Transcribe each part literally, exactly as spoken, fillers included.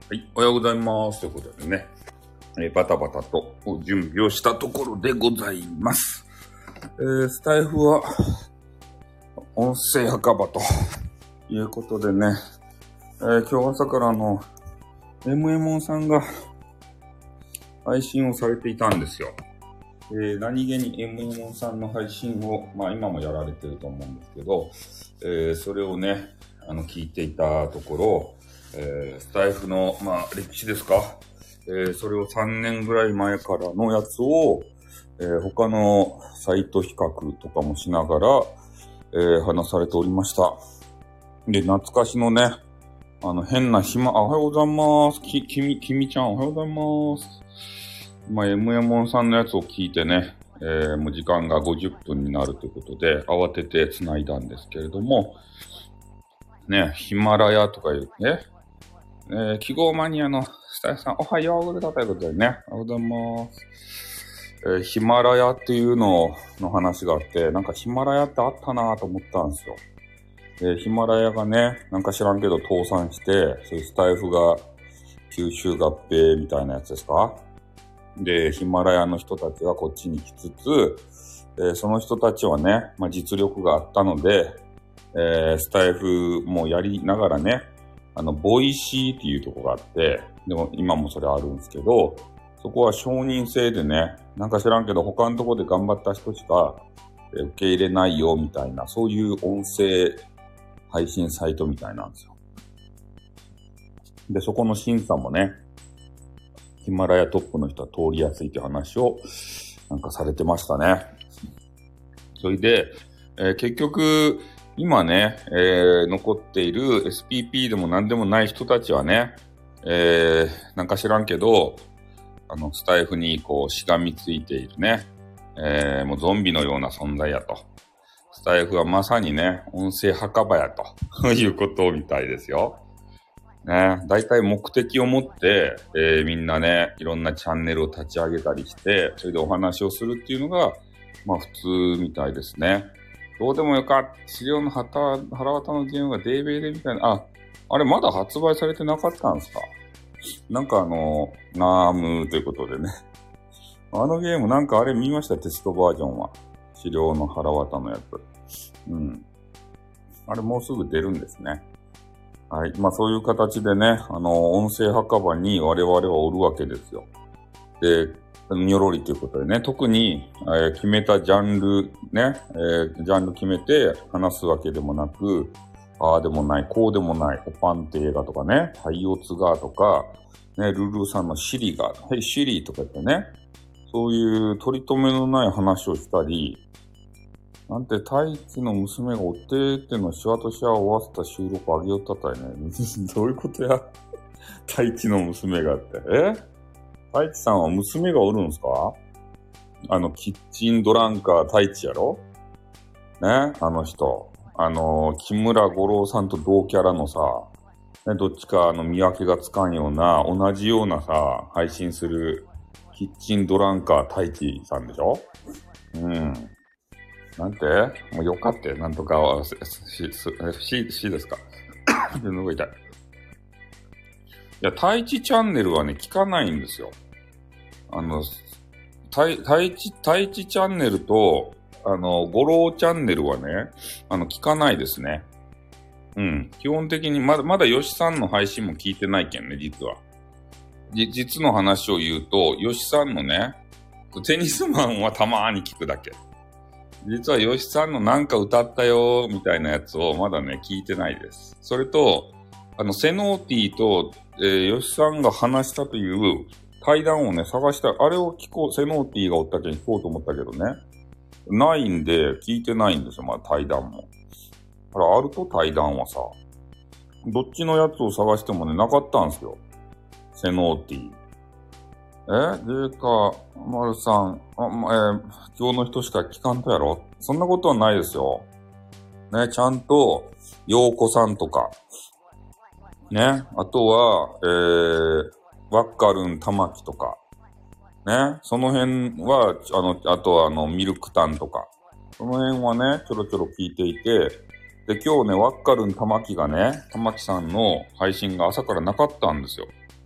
はい、おはようございます。ということでね、えー、バタバタと準備をしたところでございます。えー、スタイフは音声墓場ということでね、えー、今日朝からあの エムエムオン さんが配信をされていたんですよ。えー、何気に エムエムオン さんの配信を、まあ今もやられてると思うんですけど、えー、それをね、あの聞いていたところ、えー、スタイフの、まあ、歴史ですか、えー、それをさんねんぐらい前からのやつを、えー、他のサイト比較とかもしながら、えー、話されておりました。で、懐かしのね、あの、変な暇、あ、おはようございます。き、きみ、きみちゃん、おはようございます。まあ、エムエムオン さんのやつを聞いてね、えー、もう時間がごじゅっぷんになるということで、慌てて繋いだんですけれども、ね、ヒマラヤとかいうね、えー、記号マニアのスタイフさん、おはようございます。ということでね、おはようございます。えー、ヒマラヤっていうのの話があって、なんかヒマラヤってあったなぁと思ったんですよ。で、ヒマラヤがね、なんか知らんけど倒産して、そういうスタイフが吸収合併みたいなやつですか？で、ヒマラヤの人たちがこっちに来つつ、えー、その人たちはね、まあ、実力があったので、えー、スタイフもやりながらね、あの、ボイシーっていうとこがあって、でも今もそれあるんですけど、そこは承認制でね、なんか知らんけど他のとこで頑張った人しか受け入れないよみたいな、そういう音声配信サイトみたいなんですよ。で、そこの審査もね、ヒマラヤトップの人は通りやすいっていう話をなんかされてましたね。それで、えー、結局、今ね、えー、残っている エスピーピー でも何でもない人たちはね、えー、なんか知らんけど、あの、スタイフにこう、しがみついているね、えー、もうゾンビのような存在やと。スタイフはまさにね、音声墓場やということみたいですよ。ね、大体目的を持って、えー、みんなね、いろんなチャンネルを立ち上げたりして、それでお話をするっていうのが、まあ普通みたいですね。どうでもよかった。資料のはた、はらわたのゲームがデーベイでみたいな。あ、あれまだ発売されてなかったんですか？なんかあの、ナームということでね。あのゲームなんかあれ見ました？テストバージョンは。資料のはらわたのやつ。うん。あれもうすぐ出るんですね。はい。まあそういう形でね、あの、音声墓場に我々はおるわけですよ。で、にょろりということでね、特に、えー、決めたジャンル、ね、えー、ジャンル決めて話すわけでもなく、ああでもない、こうでもない、おパンって映画とかね、ハイオツガーとか、ね、ルルーさんのシリが、はい、シリとか言ってね、そういう取り留めのない話をしたり、なんて、太一の娘がおってってのシワとシワを合わせた収録あげよったったいね。どういうことや？太一の娘がって。え？太一さんは娘がおるんすか？あの、キッチンドランカー太一やろ？ね、あの人。あの、木村五郎さんと同キャラのさ、ね、どっちかあの見分けがつかんような、同じようなさ、配信するキッチンドランカー太一さんでしょ？うん。なんてもうよかって、なんとかは、し、し、しですか？で、のが痛い。いや、太一チャンネルはね、聞かないんですよ。あの、太、太一、太一チャンネルと、あの、五郎チャンネルはね、あの、聞かないですね。うん。基本的に、まだ、まだ吉さんの配信も聞いてないけんね、実は。じ、実の話を言うと、吉さんのね、テニスマンはたまーに聞くだけ。実は吉さんのなんか歌ったよみたいなやつをまだね、聞いてないです。それと、あの、セノーティーと、えー、吉さんが話したという対談をね、探した、あれを聞こう、セノーティーがおったけん聞こうと思ったけどね。ないんで、聞いてないんですよ、まだ対談も。ほら、あると対談はさ、どっちのやつを探してもね、なかったんですよ。セノーティー。えジェイカ、マルさん、あ、ま、えー、今日の人しか聞かんとやろ？そんなことはないですよ。ね、ちゃんと、ヨーコさんとか、ね、あとは、えー、ワッカルン玉木とか、ね、その辺は、あの、あとはあの、ミルクタンとか、その辺はね、ちょろちょろ聞いていて、で、今日ね、ワッカルン玉木がね、玉木さんの配信が朝からなかったんですよ。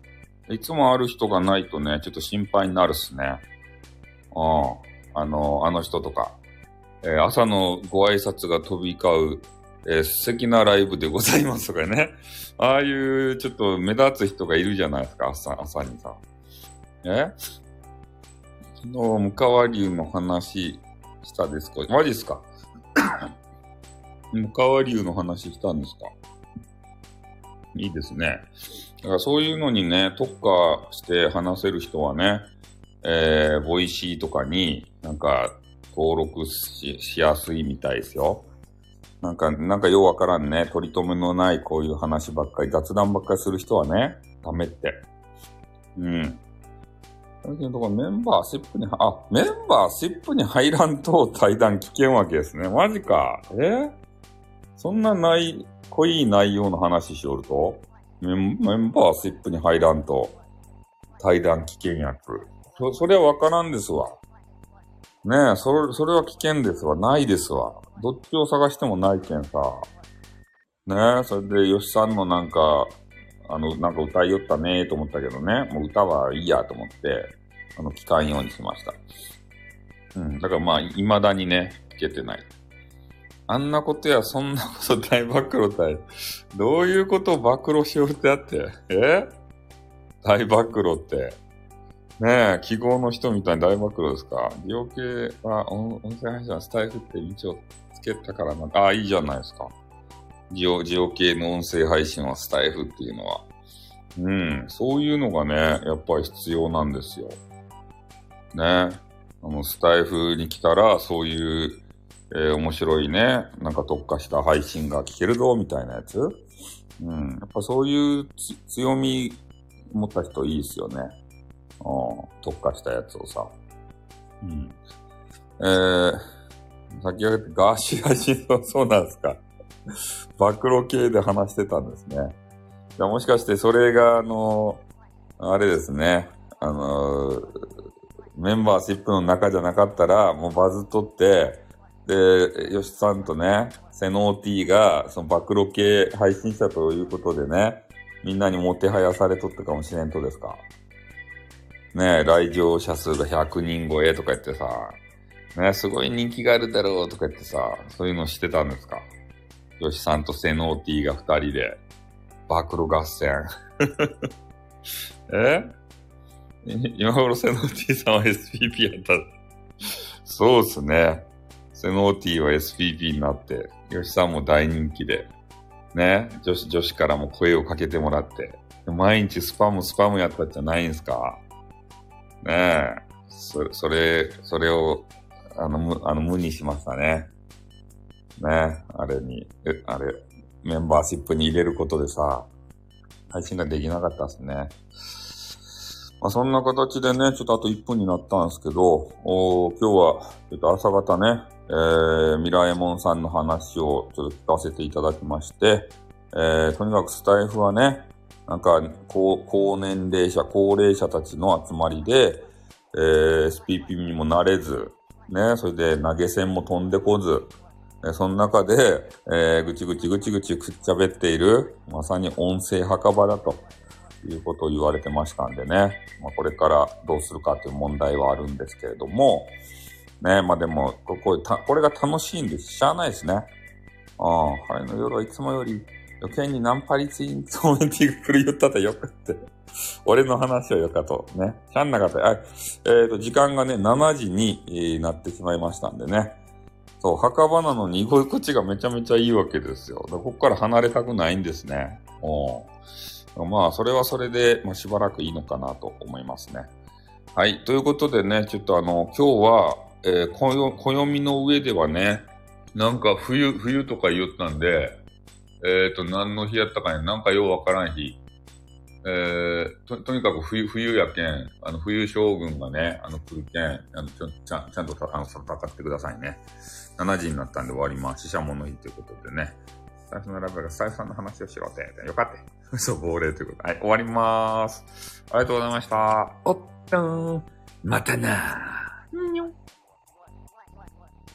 いつもある人がないとね、ちょっと心配になるっすね。うん。あの、あの人とか。えー朝のご挨拶が飛び交う、えー素敵なライブでございますとかね。ああいうちょっと目立つ人がいるじゃないですか、朝、朝にさ。え昨日、向川流の話したですか？マジっすか？向川流の話したんですか？いいですね。だからそういうのにね、特化して話せる人はね、えー、ボイシーとかになんか登録 し, しやすいみたいですよ。なんか、なんかようわからんね、取り留めのないこういう話ばっかり、雑談ばっかりする人はね、ダメって。うん。だけどメンバーシップに、あ、メンバーシップに入らんと対談聞けんわけですね。マジか。えそんなない、濃い内容の話しおるとメン、メンバーシップに入らんと対談聞けんやつ。そ、それはわからんですわ。ねえ、それ、それは危険ですわ。ないですわ。どっちを探してもないけんさ。ねえ、それで、吉さんのなんか、あの、なんか歌いよったねーと思ったけどね。もう歌はいいやと思って、あの、聞かんようにしました。うん。だからまあ、未だにね、聞けてない。あんなことや、そんなこと大暴露大。どういうことを暴露しようってあって。え大暴露って。ねえ、記号の人みたいに大暴露ですか？利用系は音音声配信はスタイフって一応つけたからな。ああ、いいじゃないですか。利用、利用系の音声配信はスタイフっていうのは。うん、そういうのがね、やっぱり必要なんですよ。ね。あの、スタイフに来たら、そういう、えー面白いね、なんか特化した配信が聞けるぞ、みたいなやつ。うん。やっぱそういうつ強み持った人いいですよね。うん、特化したやつをさ。うん。えー、先ほどガーシー配信はそうなんですか。暴露系で話してたんですね。じゃあもしかしてそれが、あの、あれですね。あの、メンバーシップの中じゃなかったら、もうバズっとって、で、吉さんとね、セノーティーが、その暴露系配信者ということでね、みんなにもてはやされとったかもしれんとですか。ねえ、来場者数がひゃくにん超えとか言ってさ、ねえ、すごい人気があるだろうとか言ってさ、そういうのしてたんですか？吉さんとセノーティーが二人で、暴露合戦。え今頃セノーティーさんは エスピーピー やった。そうっすね。セノーティーは エスピーピー になって、吉さんも大人気で、ね、女子、女子からも声をかけてもらって、毎日スパムスパムやったんじゃないんすか？ねえ、そ、それ、それを、あの、無、あの、無にしましたね。ねえ、あれに、え、あれ、メンバーシップに入れることでさ、配信ができなかったですね。まあ、そんな形でね、ちょっとあといっぷんになったんですけど、お今日は、ちょっと朝方ね、えー、ミラエモンさんの話をちょっと聞かせていただきまして、えー、とにかくスタイフはね、なんか、高、高年齢者、高齢者たちの集まりで、えー、エスピーピー にもなれず、ね、それで投げ銭も飛んでこず、えーその中で、えー、ぐちぐちぐちぐちくっちゃべっている、まさに音声墓場だということを言われてましたんでね、まあ、これからどうするかという問題はあるんですけれども、ね、まあでも、ここ、たこれが楽しいんでしゃあないですね。ああ、晴れの夜はいつもより余計にナンパリツイントーメンティング振り寄ったとよかって。俺の話はよかと。ね。しゃんなかった。あ、えっ、ー、と、時間がね、しちじに、えー、なってしまいましたんでね。そう、墓場なのに居心地がめちゃめちゃいいわけですよ。だからここから離れたくないんですね。うん。まあ、それはそれで、まあ、しばらくいいのかなと思いますね。はい。ということでね、ちょっとあの、今日は、えー、暦暦の上ではね、なんか冬、冬とか言ったんで、えっ、ー、と、何の日やったかね、なんかようわからん日。えー、と、とにかく冬、冬やけん、あの、冬将軍がね、あの、来るけん、あの、ちょ、ちゃん、ちゃんとた、あの、戦ってくださいね。しちじになったんで終わります。死者もの日ということでね。最初のラブがスタイフさんの話をしろって。よかった。そう、亡霊ということで。はい、終わりまーす。ありがとうございました。おっとー、またなー。